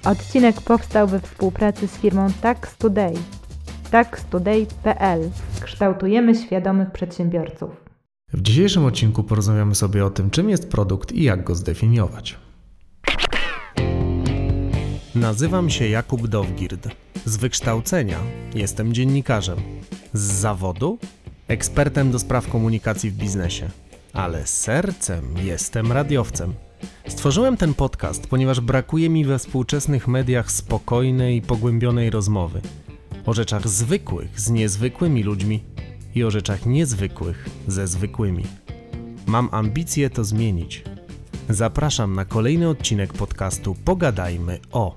Odcinek powstał we współpracy z firmą Tax Today. taxtoday.pl. Kształtujemy świadomych przedsiębiorców. W dzisiejszym odcinku porozmawiamy sobie o tym, czym jest produkt i jak go zdefiniować. Nazywam się Jakub Dowgird. Z wykształcenia jestem dziennikarzem. Z zawodu ekspertem do spraw komunikacji w biznesie. Ale sercem jestem radiowcem. Stworzyłem ten podcast, ponieważ brakuje mi we współczesnych mediach spokojnej i pogłębionej rozmowy. O rzeczach zwykłych z niezwykłymi ludźmi i o rzeczach niezwykłych ze zwykłymi. Mam ambicje to zmienić. Zapraszam na kolejny odcinek podcastu Pogadajmy o.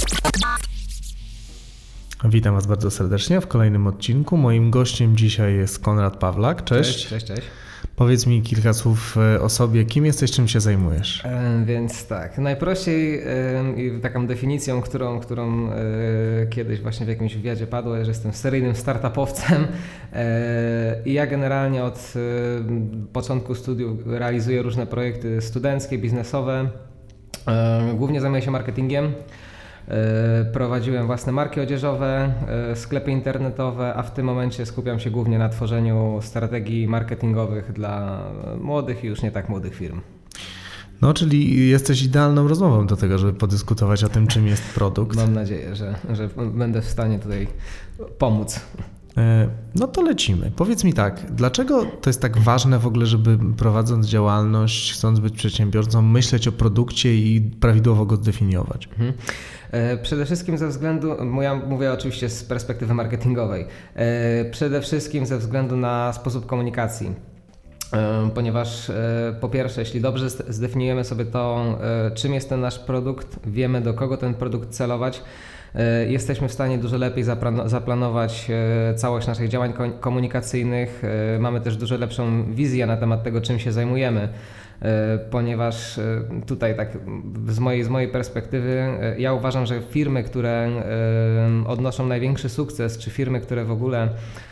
Witam Was bardzo serdecznie w kolejnym odcinku. Moim gościem dzisiaj jest Konrad Pawlak. Cześć. Cześć. Powiedz mi kilka słów o sobie. Kim jesteś, czym się zajmujesz? Więc tak, najprościej taką definicją, którą kiedyś właśnie w jakimś wywiadzie padło, że jestem seryjnym startupowcem i ja generalnie od początku studiów realizuję różne projekty studenckie, biznesowe. Głównie zajmuję się marketingiem. Prowadziłem własne marki odzieżowe, sklepy internetowe, a w tym momencie skupiam się głównie na tworzeniu strategii marketingowych dla młodych i już nie tak młodych firm. No, czyli jesteś idealną rozmową do tego, żeby podyskutować o tym, czym jest produkt. Mam nadzieję, że będę w stanie tutaj pomóc. No to lecimy. Powiedz mi tak, dlaczego to jest tak ważne w ogóle, żeby prowadząc działalność, chcąc być przedsiębiorcą, myśleć o produkcie i prawidłowo go zdefiniować? Przede wszystkim ze względu, ja mówię oczywiście z perspektywy marketingowej, przede wszystkim ze względu na sposób komunikacji. Ponieważ po pierwsze, jeśli dobrze zdefiniujemy sobie to, czym jest ten nasz produkt, wiemy do kogo ten produkt celować, jesteśmy w stanie dużo lepiej zaplanować całość naszych działań komunikacyjnych. Mamy też dużo lepszą wizję na temat tego, czym się zajmujemy. Ponieważ tutaj tak z mojej perspektywy ja uważam, że firmy, które odnoszą największy sukces, czy firmy, które w ogóle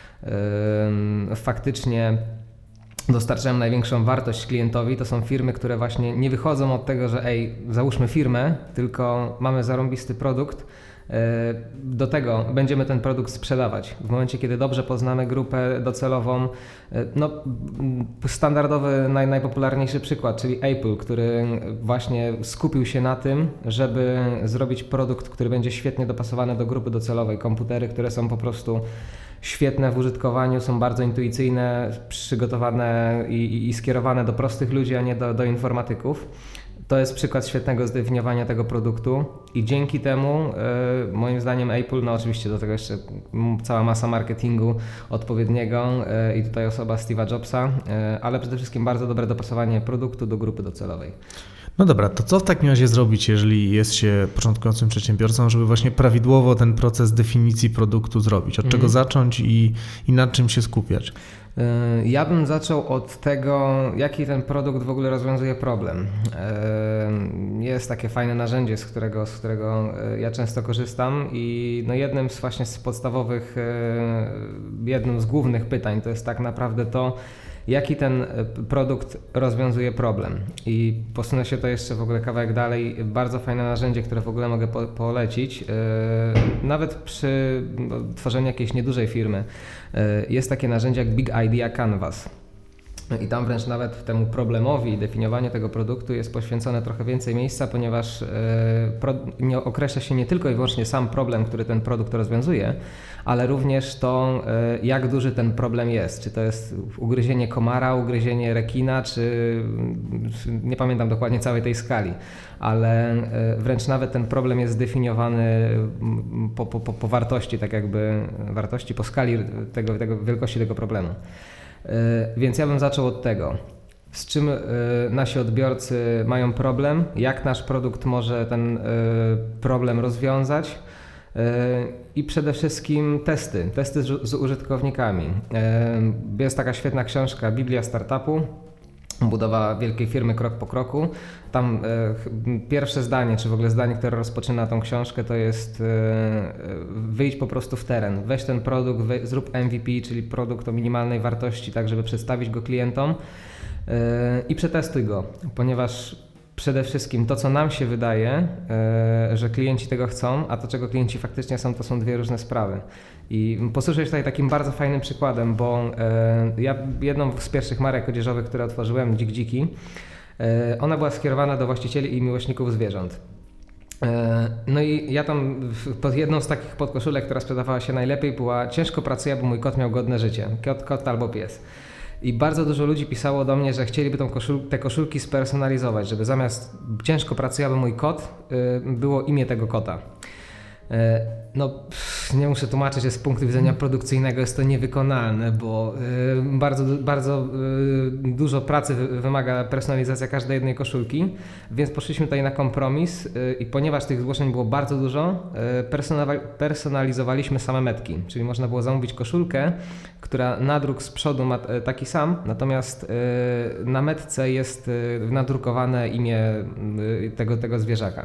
faktycznie dostarczają największą wartość klientowi, to są firmy, które właśnie nie wychodzą od tego, że załóżmy firmę, tylko mamy zarąbisty produkt, do tego będziemy ten produkt sprzedawać. W momencie, kiedy dobrze poznamy grupę docelową, standardowy, najpopularniejszy przykład, czyli Apple, który właśnie skupił się na tym, żeby zrobić produkt, który będzie świetnie dopasowany do grupy docelowej. Komputery, które są po prostu świetne w użytkowaniu, są bardzo intuicyjne, przygotowane i skierowane do prostych ludzi, a nie do informatyków. To jest przykład świetnego zdefiniowania tego produktu i dzięki temu moim zdaniem Apple, oczywiście do tego jeszcze cała masa marketingu odpowiedniego i tutaj osoba Steve'a Jobsa, ale przede wszystkim bardzo dobre dopasowanie produktu do grupy docelowej. No dobra, to co w takim razie zrobić, jeżeli jest się początkującym przedsiębiorcą, żeby właśnie prawidłowo ten proces definicji produktu zrobić? Od czego zacząć i nad czym się skupiać? Ja bym zaczął od tego, jaki ten produkt w ogóle rozwiązuje problem. Jest takie fajne narzędzie, z którego ja często korzystam i jednym z podstawowych, jednym z głównych pytań to jest tak naprawdę to, jaki ten produkt rozwiązuje problem. I posunę się to jeszcze w ogóle kawałek dalej. Bardzo fajne narzędzie, które w ogóle mogę polecić. Nawet przy tworzeniu jakiejś niedużej firmy jest takie narzędzie jak Big Idea Canvas. I tam wręcz nawet temu problemowi i definiowaniu tego produktu jest poświęcone trochę więcej miejsca, ponieważ nie określa się nie tylko i wyłącznie sam problem, który ten produkt rozwiązuje, ale również to, jak duży ten problem jest. Czy to jest ugryzienie komara, ugryzienie rekina, czy nie pamiętam dokładnie całej tej skali, ale wręcz nawet ten problem jest zdefiniowany po wartości, tak jakby wartości, po skali tego wielkości tego problemu. Więc ja bym zaczął od tego, z czym nasi odbiorcy mają problem, jak nasz produkt może ten problem rozwiązać i przede wszystkim testy z użytkownikami. Jest taka świetna książka Biblia Startupu, budowa wielkiej firmy krok po kroku. Tam pierwsze zdanie, czy w ogóle zdanie, które rozpoczyna tą książkę, to jest wyjdź po prostu w teren, weź ten produkt, zrób MVP, czyli produkt o minimalnej wartości, tak żeby przedstawić go klientom i przetestuj go, ponieważ przede wszystkim to, co nam się wydaje, że klienci tego chcą, a to, czego klienci faktycznie są, to są dwie różne sprawy. I posłużę się tutaj takim bardzo fajnym przykładem, bo ja jedną z pierwszych marek odzieżowych, które otworzyłem, Dziki, ona była skierowana do właścicieli i miłośników zwierząt. No i ja tam pod jedną z takich podkoszulek, która sprzedawała się najlepiej, była: ciężko pracuję, aby mój kot miał godne życie. Kot albo pies. I bardzo dużo ludzi pisało do mnie, że chcieliby te koszulki spersonalizować, żeby zamiast ciężko pracuję, aby mój kot, było imię tego kota. No, nie muszę tłumaczyć, że z punktu widzenia produkcyjnego jest to niewykonalne, bo bardzo dużo pracy wymaga personalizacja każdej jednej koszulki, więc poszliśmy tutaj na kompromis i ponieważ tych zgłoszeń było bardzo dużo, personalizowaliśmy same metki, czyli można było zamówić koszulkę, która nadruk z przodu ma taki sam, natomiast na metce jest nadrukowane imię tego zwierzaka.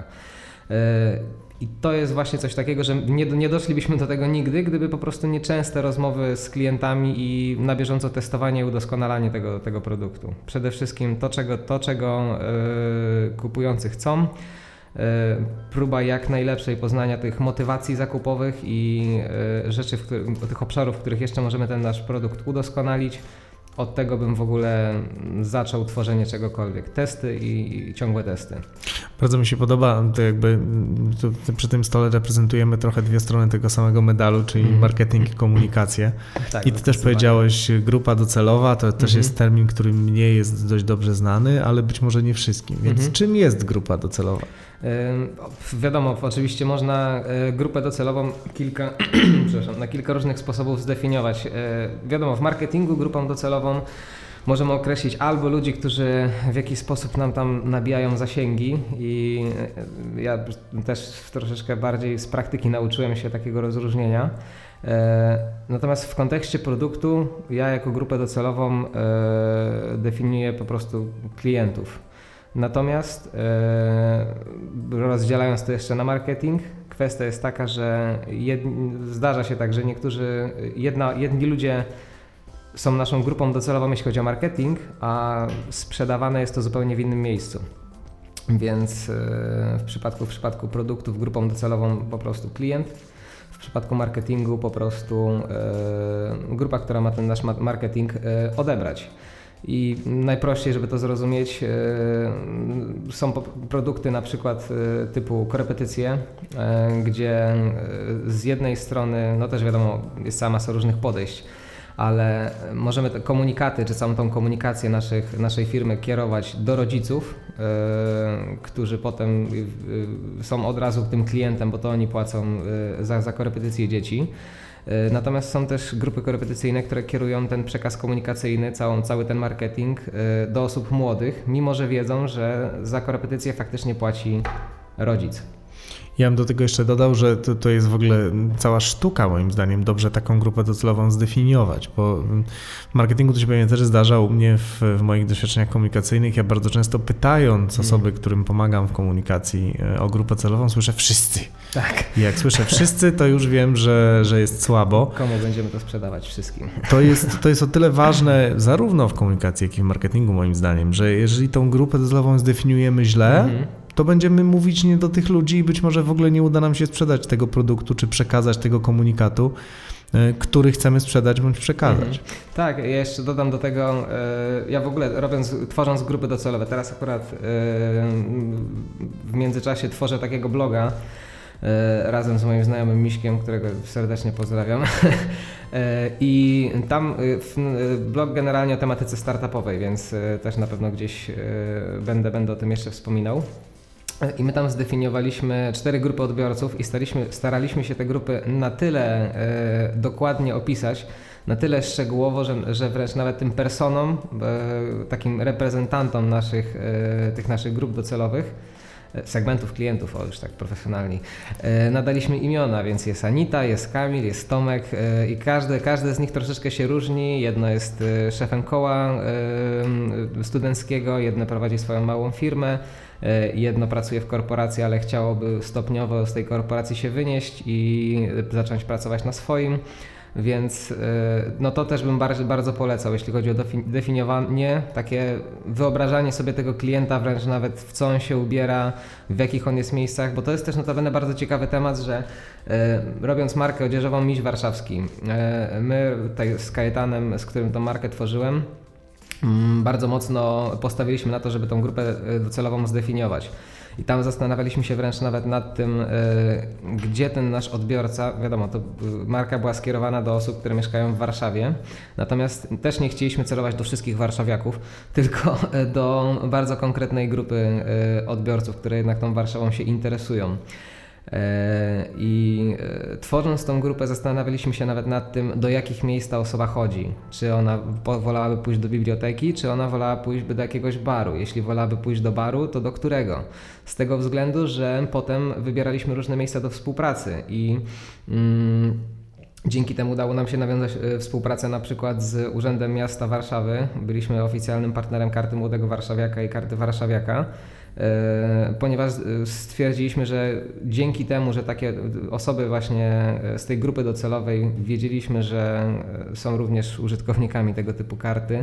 I to jest właśnie coś takiego, że nie doszlibyśmy do tego nigdy, gdyby po prostu nieczęste rozmowy z klientami i na bieżąco testowanie i udoskonalanie tego produktu. Przede wszystkim to, czego kupujący chcą, próba jak najlepszej poznania tych motywacji zakupowych i rzeczy, tych obszarów, w których jeszcze możemy ten nasz produkt udoskonalić. Od tego bym w ogóle zaczął tworzenie czegokolwiek. Testy i ciągłe testy. Bardzo mi się podoba, to jakby przy tym stole reprezentujemy trochę dwie strony tego samego medalu, czyli marketing i komunikację. Tak, i ty też powiedziałeś grupa docelowa, to też jest termin, który mnie jest dość dobrze znany, ale być może nie wszystkim. Więc czym jest grupa docelowa? Wiadomo, oczywiście można grupę docelową na kilka różnych sposobów zdefiniować. Wiadomo, w marketingu grupą docelową możemy określić albo ludzi, którzy w jakiś sposób nam tam nabijają zasięgi i ja też troszeczkę bardziej z praktyki nauczyłem się takiego rozróżnienia. Natomiast w kontekście produktu ja jako grupę docelową definiuję po prostu klientów. Natomiast rozdzielając to jeszcze na marketing, kwestia jest taka, że zdarza się tak, że jedni ludzie są naszą grupą docelową, jeśli chodzi o marketing, a sprzedawane jest to zupełnie w innym miejscu. Więc w przypadku produktów grupą docelową po prostu klient, w przypadku marketingu po prostu grupa, która ma ten nasz marketing odebrać. I najprościej, żeby to zrozumieć, są produkty na przykład typu korepetycje, gdzie z jednej strony, no też wiadomo, jest cała masa różnych podejść, ale możemy te komunikaty, czy całą tą komunikację naszej firmy kierować do rodziców, którzy potem są od razu tym klientem, bo to oni płacą za korepetycje dzieci. Natomiast są też grupy korepetycyjne, które kierują ten przekaz komunikacyjny, cały ten marketing do osób młodych, mimo że wiedzą, że za korepetycję faktycznie płaci rodzic. Ja bym do tego jeszcze dodał, że to jest w ogóle cała sztuka, moim zdaniem, dobrze taką grupę docelową zdefiniować, bo w marketingu to się pewnie też zdarza u mnie w moich doświadczeniach komunikacyjnych. Ja bardzo często pytając osoby, którym pomagam w komunikacji o grupę celową, słyszę wszyscy. Tak. I jak słyszę wszyscy, to już wiem, że jest słabo. Komu będziemy to sprzedawać? Wszystkim. To jest o tyle ważne zarówno w komunikacji, jak i w marketingu, moim zdaniem, że jeżeli tą grupę docelową zdefiniujemy źle, to będziemy mówić nie do tych ludzi i być może w ogóle nie uda nam się sprzedać tego produktu, czy przekazać tego komunikatu, który chcemy sprzedać bądź przekazać. Tak, ja jeszcze dodam do tego, ja w ogóle tworząc grupy docelowe, teraz akurat w międzyczasie tworzę takiego bloga razem z moim znajomym Miśkiem, którego serdecznie pozdrawiam. I tam blog generalnie o tematyce startupowej, więc też na pewno gdzieś będę o tym jeszcze wspominał. I my tam zdefiniowaliśmy 4 grupy odbiorców i staraliśmy się te grupy na tyle dokładnie opisać, na tyle szczegółowo, że wręcz nawet tym personom, takim reprezentantom tych naszych grup docelowych, segmentów klientów, już tak profesjonalni, nadaliśmy imiona, więc jest Anita, jest Kamil, jest Tomek i każdy z nich troszeczkę się różni. Jedno jest szefem koła studenckiego, jedno prowadzi swoją małą firmę, jedno pracuje w korporacji, ale chciałoby stopniowo z tej korporacji się wynieść i zacząć pracować na swoim. więc no to też bym bardzo polecał, jeśli chodzi o definiowanie, takie wyobrażanie sobie tego klienta, wręcz nawet w co on się ubiera, w jakich on jest miejscach, bo to jest też notabene bardzo ciekawy temat, że robiąc markę odzieżową Miś Warszawski, my tutaj z Kajetanem, z którym tą markę tworzyłem, bardzo mocno postawiliśmy na to, żeby tą grupę docelową zdefiniować. I tam zastanawialiśmy się wręcz nawet nad tym, gdzie ten nasz odbiorca, wiadomo, to marka była skierowana do osób, które mieszkają w Warszawie, natomiast też nie chcieliśmy celować do wszystkich warszawiaków, tylko do bardzo konkretnej grupy odbiorców, które jednak tą Warszawą się interesują. I tworząc tą grupę zastanawialiśmy się nawet nad tym, do jakich miejsc ta osoba chodzi. Czy ona wolałaby pójść do biblioteki, czy ona wolała pójść do jakiegoś baru. Jeśli wolałaby pójść do baru, to do którego? Z tego względu, że potem wybieraliśmy różne miejsca do współpracy i dzięki temu udało nam się nawiązać współpracę na przykład z Urzędem Miasta Warszawy. Byliśmy oficjalnym partnerem Karty Młodego Warszawiaka i Karty Warszawiaka, ponieważ stwierdziliśmy, że dzięki temu, że takie osoby właśnie z tej grupy docelowej wiedzieliśmy, że są również użytkownikami tego typu karty,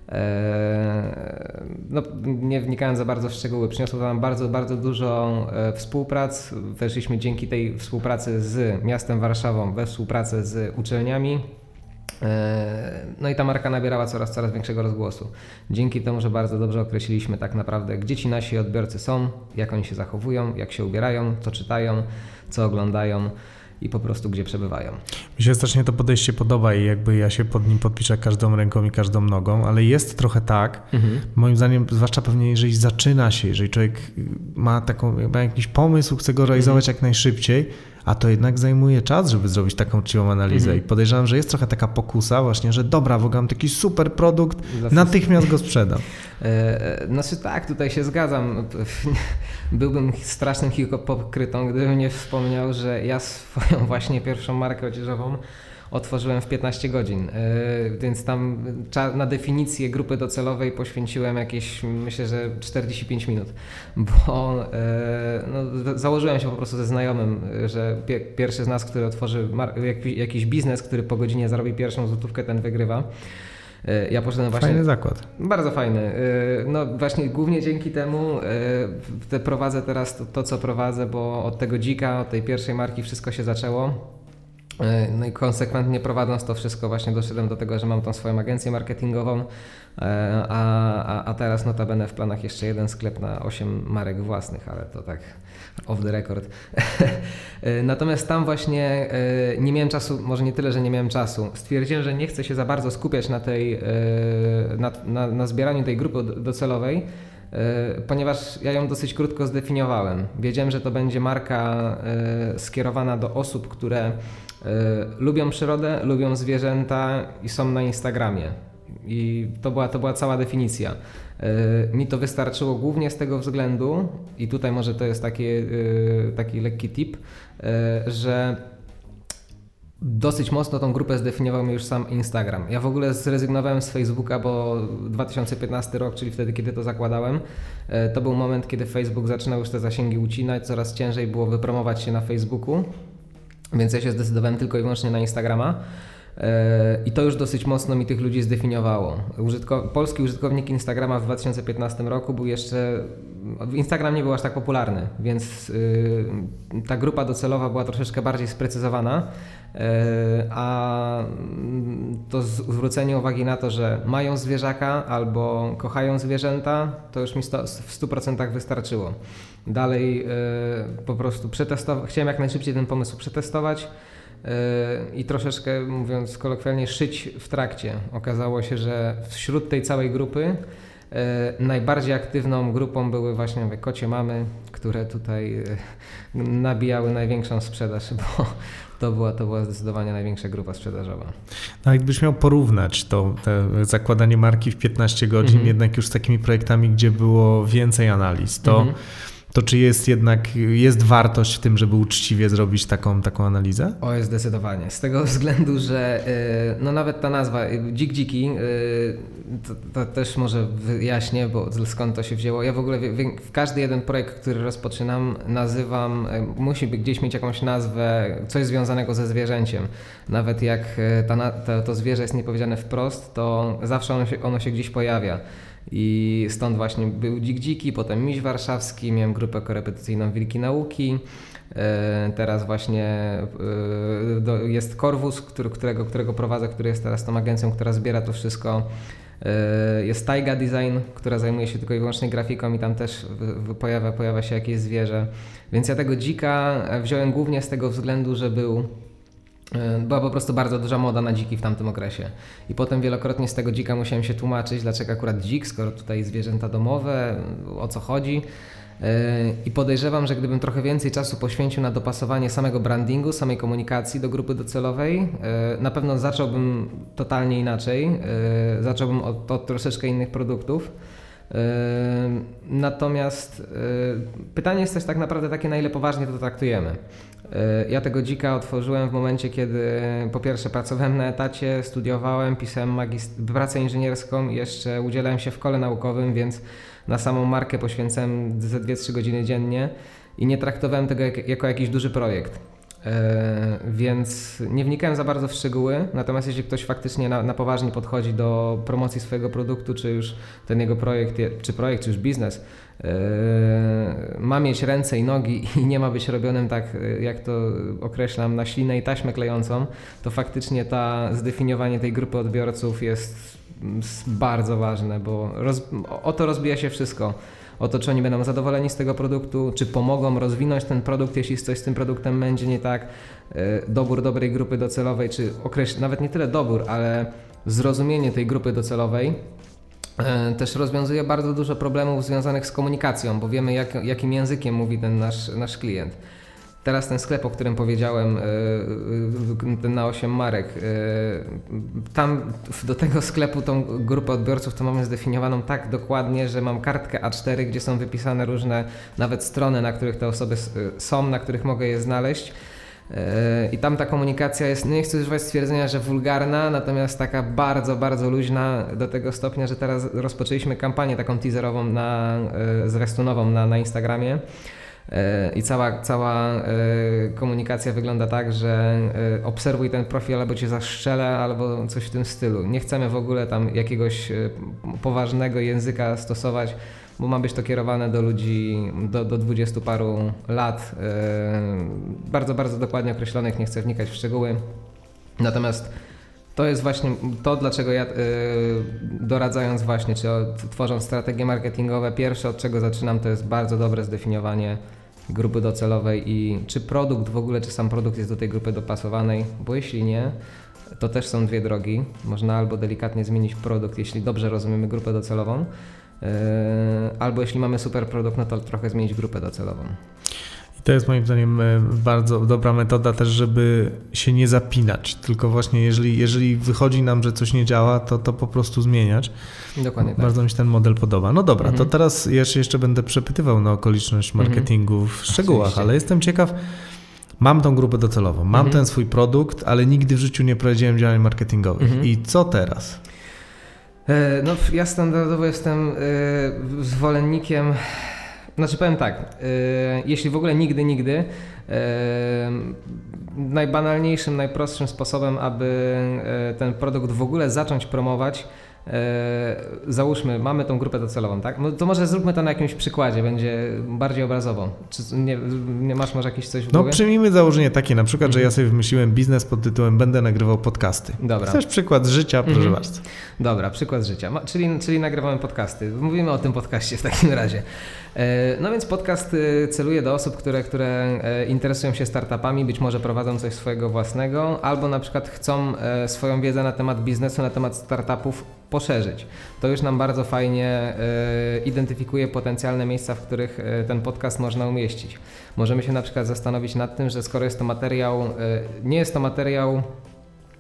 no, nie wnikając za bardzo w szczegóły, przyniosło to nam bardzo dużo współprac. Weszliśmy dzięki tej współpracy z miastem Warszawą we współpracę z uczelniami. No i ta marka nabierała coraz większego rozgłosu. Dzięki temu, że bardzo dobrze określiliśmy tak naprawdę, gdzie ci nasi odbiorcy są, jak oni się zachowują, jak się ubierają, co czytają, co oglądają i po prostu gdzie przebywają. Mi się strasznie to podejście podoba i jakby ja się pod nim podpiszę każdą ręką i każdą nogą, ale jest trochę tak, moim zdaniem, zwłaszcza pewnie jeżeli zaczyna się, jeżeli człowiek ma jakiś pomysł, chce go realizować jak najszybciej, a to jednak zajmuje czas, żeby zrobić taką uczciwą analizę i podejrzewam, że jest trochę taka pokusa właśnie, że dobra, w ogóle mam taki super produkt, natychmiast go sprzedam. Znaczy tak, tutaj się zgadzam. Byłbym strasznym hipokrytą, gdybym nie wspomniał, że ja swoją właśnie pierwszą markę odzieżową otworzyłem w 15 godzin, więc tam na definicję grupy docelowej poświęciłem jakieś, myślę, że 45 minut, bo założyłem się po prostu ze znajomym, że pierwszy z nas, który otworzy jakiś biznes, który po godzinie zarobi pierwszą złotówkę, ten wygrywa. Ja poszedłem właśnie... Fajny zakład. Bardzo fajny. No właśnie głównie dzięki temu prowadzę teraz to, co prowadzę, bo od tego dzika, od tej pierwszej marki wszystko się zaczęło. No i konsekwentnie prowadząc to wszystko właśnie doszedłem do tego, że mam tą swoją agencję marketingową, a teraz notabene w planach jeszcze jeden sklep na 8 marek własnych, ale to tak off the record. Natomiast tam właśnie nie miałem czasu, może nie tyle, że nie miałem czasu. Stwierdziłem, że nie chcę się za bardzo skupiać na zbieraniu tej grupy docelowej, ponieważ ja ją dosyć krótko zdefiniowałem. Wiedziałem, że to będzie marka skierowana do osób, które lubią przyrodę, lubią zwierzęta i są na Instagramie. I to była cała definicja. Mi to wystarczyło głównie z tego względu, i tutaj może to jest taki lekki tip, że dosyć mocno tą grupę zdefiniował mi już sam Instagram. Ja w ogóle zrezygnowałem z Facebooka, bo 2015 rok, czyli wtedy, kiedy to zakładałem, to był moment, kiedy Facebook zaczynał już te zasięgi ucinać, coraz ciężej było wypromować się na Facebooku, więc ja się zdecydowałem tylko i wyłącznie na Instagrama. I to już dosyć mocno mi tych ludzi zdefiniowało. Polski użytkownik Instagrama w 2015 roku był jeszcze... Instagram nie był aż tak popularny, więc ta grupa docelowa była troszeczkę bardziej sprecyzowana, a to zwrócenie uwagi na to, że mają zwierzaka albo kochają zwierzęta, to już mi w 100% wystarczyło. Dalej po prostu chciałem jak najszybciej ten pomysł przetestować, i troszeczkę, mówiąc kolokwialnie, szyć w trakcie. Okazało się, że wśród tej całej grupy najbardziej aktywną grupą były właśnie kocie mamy, które tutaj nabijały największą sprzedaż, bo to była zdecydowanie największa grupa sprzedażowa. No jakbyś miał porównać te zakładanie marki w 15 godzin, jednak już z takimi projektami, gdzie było więcej analiz, to to czy jest wartość w tym, żeby uczciwie zrobić taką analizę? O, zdecydowanie. Z tego względu, że no nawet ta nazwa Dziki, to też może wyjaśnię, bo skąd to się wzięło. Ja w ogóle w każdy jeden projekt, który rozpoczynam, nazywam, musi gdzieś mieć jakąś nazwę, coś związanego ze zwierzęciem. Nawet jak to zwierzę jest niepowiedziane wprost, to zawsze ono się gdzieś pojawia. I stąd właśnie był Dziki, potem Miś Warszawski, miałem grupę korepetycyjną Wilki Nauki, teraz właśnie jest Corvus, którego prowadzę, który jest teraz tą agencją, która zbiera to wszystko. Jest Taiga Design, która zajmuje się tylko i wyłącznie grafiką i tam też pojawia się jakieś zwierzę. Więc ja tego dzika wziąłem głównie z tego względu, że była po prostu bardzo duża moda na dziki w tamtym okresie. I potem wielokrotnie z tego dzika musiałem się tłumaczyć, dlaczego akurat dzik, skoro tutaj zwierzęta domowe, o co chodzi. I podejrzewam, że gdybym trochę więcej czasu poświęcił na dopasowanie samego brandingu, samej komunikacji do grupy docelowej, na pewno zacząłbym totalnie inaczej. Zacząłbym od troszeczkę innych produktów. Natomiast pytanie jest też tak naprawdę takie, na ile poważnie to traktujemy. Ja tego dzika otworzyłem w momencie, kiedy po pierwsze pracowałem na etacie, studiowałem, pisałem pracę inżynierską i jeszcze udzielałem się w kole naukowym, więc na samą markę poświęcałem 2-3 godziny dziennie i nie traktowałem tego jako jakiś duży projekt. Więc nie wnikałem za bardzo w szczegóły, natomiast jeśli ktoś faktycznie na poważnie podchodzi do promocji swojego produktu, czy już ten jego projekt, czy już biznes ma mieć ręce i nogi i nie ma być robionym tak, jak to określam, na ślinę i taśmę klejącą, to faktycznie zdefiniowanie tej grupy odbiorców jest bardzo ważne, bo o to rozbija się wszystko. O to, czy oni będą zadowoleni z tego produktu, czy pomogą rozwinąć ten produkt, jeśli coś z tym produktem będzie nie tak, dobór dobrej grupy docelowej, czy nawet nie tyle dobór, ale zrozumienie tej grupy docelowej też rozwiązuje bardzo dużo problemów związanych z komunikacją, bo wiemy jakim językiem mówi ten nasz klient. Teraz ten sklep, o którym powiedziałem, ten na 8 marek, tam do tego sklepu tą grupę odbiorców to mamy zdefiniowaną tak dokładnie, że mam kartkę A4, gdzie są wypisane różne nawet strony, na których te osoby są, na których mogę je znaleźć. I tam ta komunikacja jest, nie chcę używać stwierdzenia, że wulgarna, natomiast taka bardzo, bardzo luźna do tego stopnia, że teraz rozpoczęliśmy kampanię taką teaserową zwiastunową na Instagramie. I cała komunikacja wygląda tak, że obserwuj ten profil, albo cię zaszczelę, albo coś w tym stylu. Nie chcemy w ogóle tam jakiegoś poważnego języka stosować, bo ma być to kierowane do ludzi do 20 paru lat, bardzo, bardzo dokładnie określonych, nie chcę wnikać w szczegóły. Natomiast to jest właśnie to, dlaczego ja doradzając właśnie, czy tworząc strategie marketingowe, pierwsze od czego zaczynam, to jest bardzo dobre zdefiniowanie grupy docelowej i czy produkt w ogóle, czy sam produkt jest do tej grupy dopasowanej, bo jeśli nie, to też są dwie drogi. Można albo delikatnie zmienić produkt, jeśli dobrze rozumiemy grupę docelową, albo jeśli mamy super produkt, no to trochę zmienić grupę docelową. To jest moim zdaniem bardzo dobra metoda też, żeby się nie zapinać, tylko właśnie jeżeli wychodzi nam, że coś nie działa, to po prostu zmieniać. Dokładnie tak. Bardzo mi się ten model podoba. No dobra, to teraz jeszcze będę przepytywał na okoliczność marketingu w szczegółach, oczywiście. Ale jestem ciekaw, mam tą grupę docelową, mam ten swój produkt, ale nigdy w życiu nie prowadziłem działań marketingowych. I co teraz? No ja standardowo jestem zwolennikiem. Znaczy powiem tak, jeśli w ogóle nigdy, najbanalniejszym, najprostszym sposobem, aby ten produkt w ogóle zacząć promować, załóżmy, mamy tą grupę docelową, tak? No to może zróbmy to na jakimś przykładzie, będzie bardziej obrazowo. Czy nie masz może jakieś coś w głowie? No przyjmijmy założenie takie na przykład, że ja sobie wymyśliłem biznes pod tytułem będę nagrywał podcasty. Dobra. Chcesz przykład z życia, proszę bardzo. Dobra, przykład z życia, czyli nagrywamy podcasty. Mówimy o tym podcaście w takim razie. No więc podcast celuje do osób, które interesują się startupami, być może prowadzą coś swojego własnego, albo na przykład chcą swoją wiedzę na temat biznesu, na temat startupów poszerzyć. To już nam bardzo fajnie identyfikuje potencjalne miejsca, w których ten podcast można umieścić. Możemy się na przykład zastanowić nad tym, że skoro jest to materiał, nie jest to materiał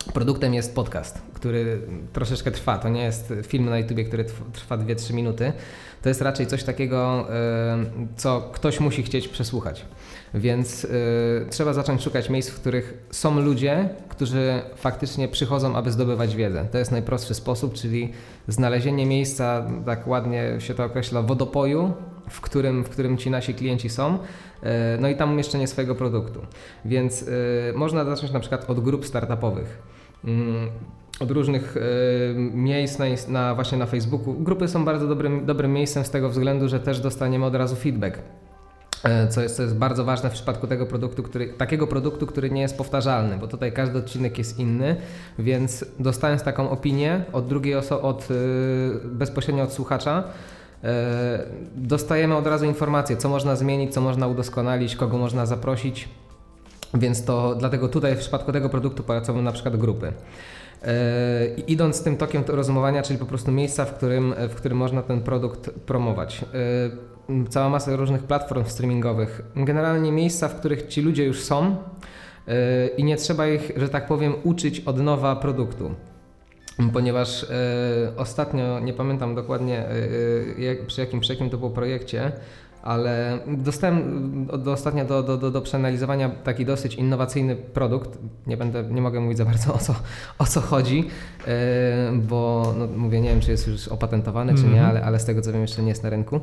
Produktem jest podcast, który troszeczkę trwa. To nie jest film na YouTubie, który trwa 2-3 minuty. To jest raczej coś takiego, co ktoś musi chcieć przesłuchać. Więc trzeba zacząć szukać miejsc, w których są ludzie, którzy faktycznie przychodzą, aby zdobywać wiedzę. To jest najprostszy sposób, czyli znalezienie miejsca, tak ładnie się to określa, wodopoju, w którym ci nasi klienci są, no i tam umieszczenie swojego produktu. Więc można zacząć na przykład od grup startupowych. Od różnych miejsc właśnie na Facebooku. Grupy są bardzo dobrym miejscem z tego względu, że też dostaniemy od razu feedback. Co jest bardzo ważne w przypadku takiego produktu, który nie jest powtarzalny, bo tutaj każdy odcinek jest inny, więc dostając taką opinię od drugiej osoby, bezpośrednio od słuchacza, dostajemy od razu informację, co można zmienić, co można udoskonalić, kogo można zaprosić, więc to dlatego tutaj w przypadku tego produktu polecamy na przykład grupy. Idąc tym tokiem rozumowania, czyli po prostu miejsca, w którym można ten produkt promować. Cała masa różnych platform streamingowych, generalnie miejsca, w których ci ludzie już są i nie trzeba ich, że tak powiem, uczyć od nowa produktu. Ponieważ ostatnio, nie pamiętam dokładnie przy jakim to było projekcie, ale dostałem ostatnio do przeanalizowania taki dosyć innowacyjny produkt. Nie mogę mówić za bardzo o co chodzi, bo no, mówię, nie wiem, czy jest już opatentowany, czy nie, ale z tego co wiem, jeszcze nie jest na rynku.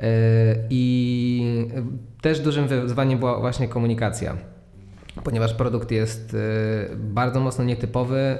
I też dużym wyzwaniem była właśnie komunikacja. Ponieważ produkt jest bardzo mocno nietypowy,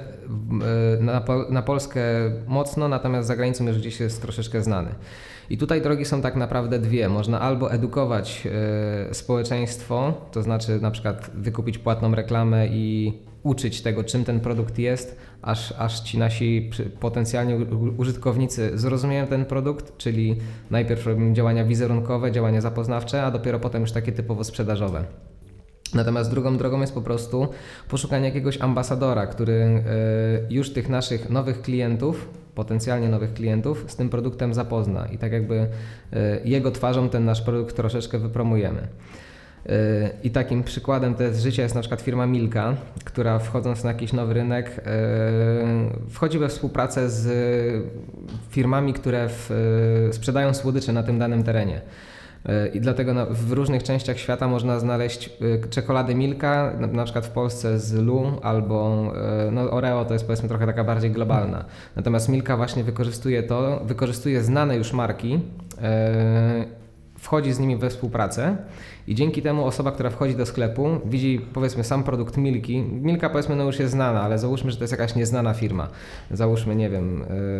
na Polskę mocno, natomiast za granicą już gdzieś jest troszeczkę znany. I tutaj drogi są tak naprawdę dwie. Można albo edukować społeczeństwo, to znaczy na przykład wykupić płatną reklamę i uczyć tego, czym ten produkt jest, aż ci nasi potencjalni użytkownicy zrozumieją ten produkt, czyli najpierw robimy działania wizerunkowe, działania zapoznawcze, a dopiero potem już takie typowo sprzedażowe. Natomiast drugą drogą jest po prostu poszukanie jakiegoś ambasadora, który już tych naszych nowych klientów, potencjalnie nowych klientów z tym produktem zapozna i tak jakby jego twarzą ten nasz produkt troszeczkę wypromujemy. I takim przykładem z życia jest na przykład firma Milka, która wchodząc na jakiś nowy rynek wchodzi we współpracę z firmami, które sprzedają słodycze na tym danym terenie. I dlatego w różnych częściach świata można znaleźć czekolady Milka, na przykład w Polsce z Lu albo Oreo to jest powiedzmy trochę taka bardziej globalna. Natomiast Milka właśnie wykorzystuje znane już marki, wchodzi z nimi we współpracę i dzięki temu osoba, która wchodzi do sklepu, widzi powiedzmy sam produkt Milki. Milka powiedzmy już jest znana, ale załóżmy, że to jest jakaś nieznana firma. Załóżmy, nie wiem,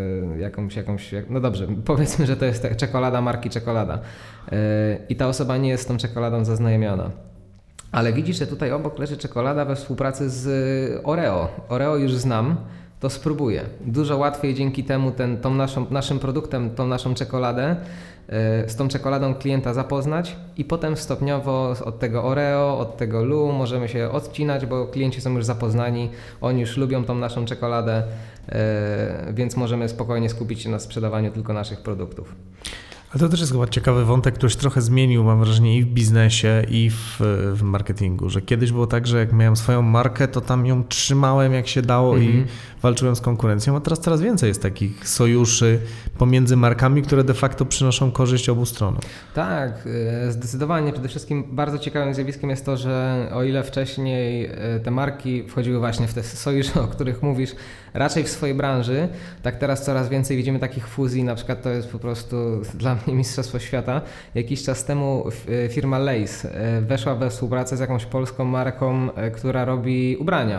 no dobrze, powiedzmy, że to jest czekolada marki Czekolada. I ta osoba nie jest z tą czekoladą zaznajomiona. Ale widzi, że tutaj obok leży czekolada we współpracy z Oreo. Oreo już znam, to spróbuję. Dużo łatwiej dzięki temu naszym produktem, tą naszą czekoladę, z tą czekoladą klienta zapoznać i potem stopniowo od tego Oreo, od tego Lu możemy się odcinać, bo klienci są już zapoznani, oni już lubią tą naszą czekoladę, więc możemy spokojnie skupić się na sprzedawaniu tylko naszych produktów. Ale to też jest chyba ciekawy wątek, który się trochę zmienił, mam wrażenie, i w biznesie, i w marketingu, że kiedyś było tak, że jak miałem swoją markę, to tam ją trzymałem jak się dało i walczyłem z konkurencją, a teraz coraz więcej jest takich sojuszy pomiędzy markami, które de facto przynoszą korzyść obu stronom. Tak, zdecydowanie. Przede wszystkim bardzo ciekawym zjawiskiem jest to, że o ile wcześniej te marki wchodziły właśnie w te sojusze, o których mówisz, raczej w swojej branży, tak teraz coraz więcej widzimy takich fuzji, na przykład to jest po prostu dla mnie mistrzostwo świata. Jakiś czas temu firma Lay's weszła we współpracę z jakąś polską marką, która robi ubrania.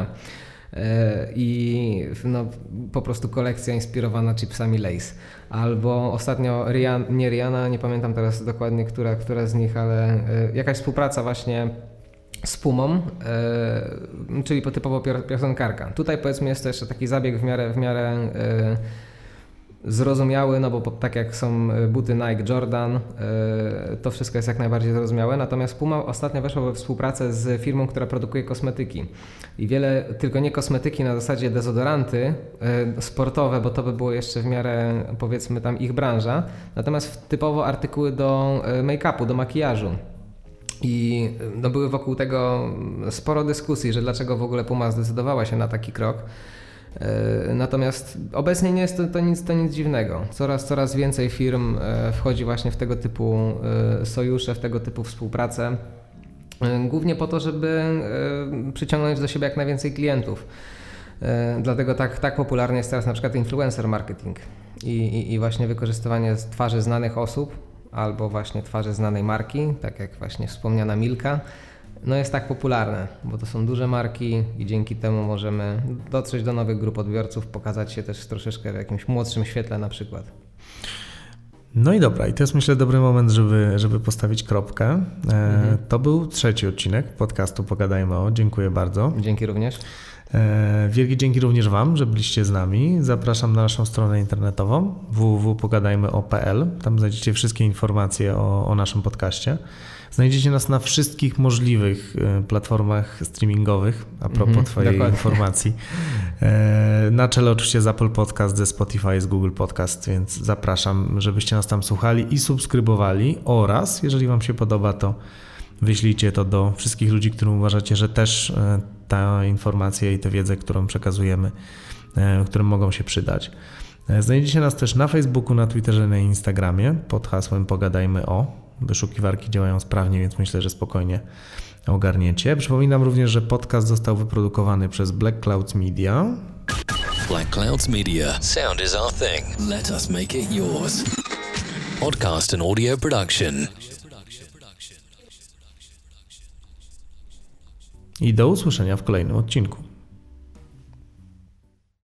I po prostu kolekcja inspirowana chipsami Lay's. Albo ostatnio Rihanna, nie pamiętam teraz dokładnie, która z nich, ale jakaś współpraca właśnie z Pumą, czyli typowo piosenkarka. Tutaj powiedzmy jest to jeszcze taki zabieg w miarę zrozumiały, no bo tak jak są buty Nike, Jordan, to wszystko jest jak najbardziej zrozumiałe. Natomiast Puma ostatnio weszła we współpracę z firmą, która produkuje kosmetyki. I tylko nie kosmetyki na zasadzie dezodoranty sportowe, bo to by było jeszcze w miarę powiedzmy tam ich branża, natomiast typowo artykuły do make-upu, do makijażu. I no, były wokół tego sporo dyskusji, że dlaczego w ogóle Puma zdecydowała się na taki krok. Natomiast obecnie nie jest to nic dziwnego. Coraz więcej firm wchodzi właśnie w tego typu sojusze, w tego typu współpracę. Głównie po to, żeby przyciągnąć do siebie jak najwięcej klientów. Dlatego tak popularny jest teraz na przykład influencer marketing i właśnie wykorzystywanie twarzy znanych osób albo właśnie twarzy znanej marki, tak jak właśnie wspomniana Milka, no jest tak popularne, bo to są duże marki i dzięki temu możemy dotrzeć do nowych grup odbiorców, pokazać się też troszeczkę w jakimś młodszym świetle na przykład. No i dobra, i to jest myślę dobry moment, żeby postawić kropkę. To był 3. odcinek podcastu Pogadajmy o. Dziękuję bardzo. Dzięki również. Wielkie dzięki również Wam, że byliście z nami. Zapraszam na naszą stronę internetową www.pogadajmyo.pl. Tam znajdziecie wszystkie informacje o naszym podcaście. Znajdziecie nas na wszystkich możliwych platformach streamingowych, a propos Twojej informacji. Na czele oczywiście z Apple Podcast, ze Spotify, z Google Podcast, więc zapraszam, żebyście nas tam słuchali i subskrybowali oraz, jeżeli Wam się podoba, to wyślijcie to do wszystkich ludzi, którym uważacie, że też ta informacja i tę wiedzę, którą przekazujemy, którym mogą się przydać. Znajdziecie nas też na Facebooku, na Twitterze, na Instagramie pod hasłem Pogadajmy o. Wyszukiwarki działają sprawnie, więc myślę, że spokojnie ogarniecie. Przypominam również, że podcast został wyprodukowany przez Black Clouds Media. Black Clouds Media. Sound is our thing. Let us make it yours. Podcast and audio production. I do usłyszenia w kolejnym odcinku.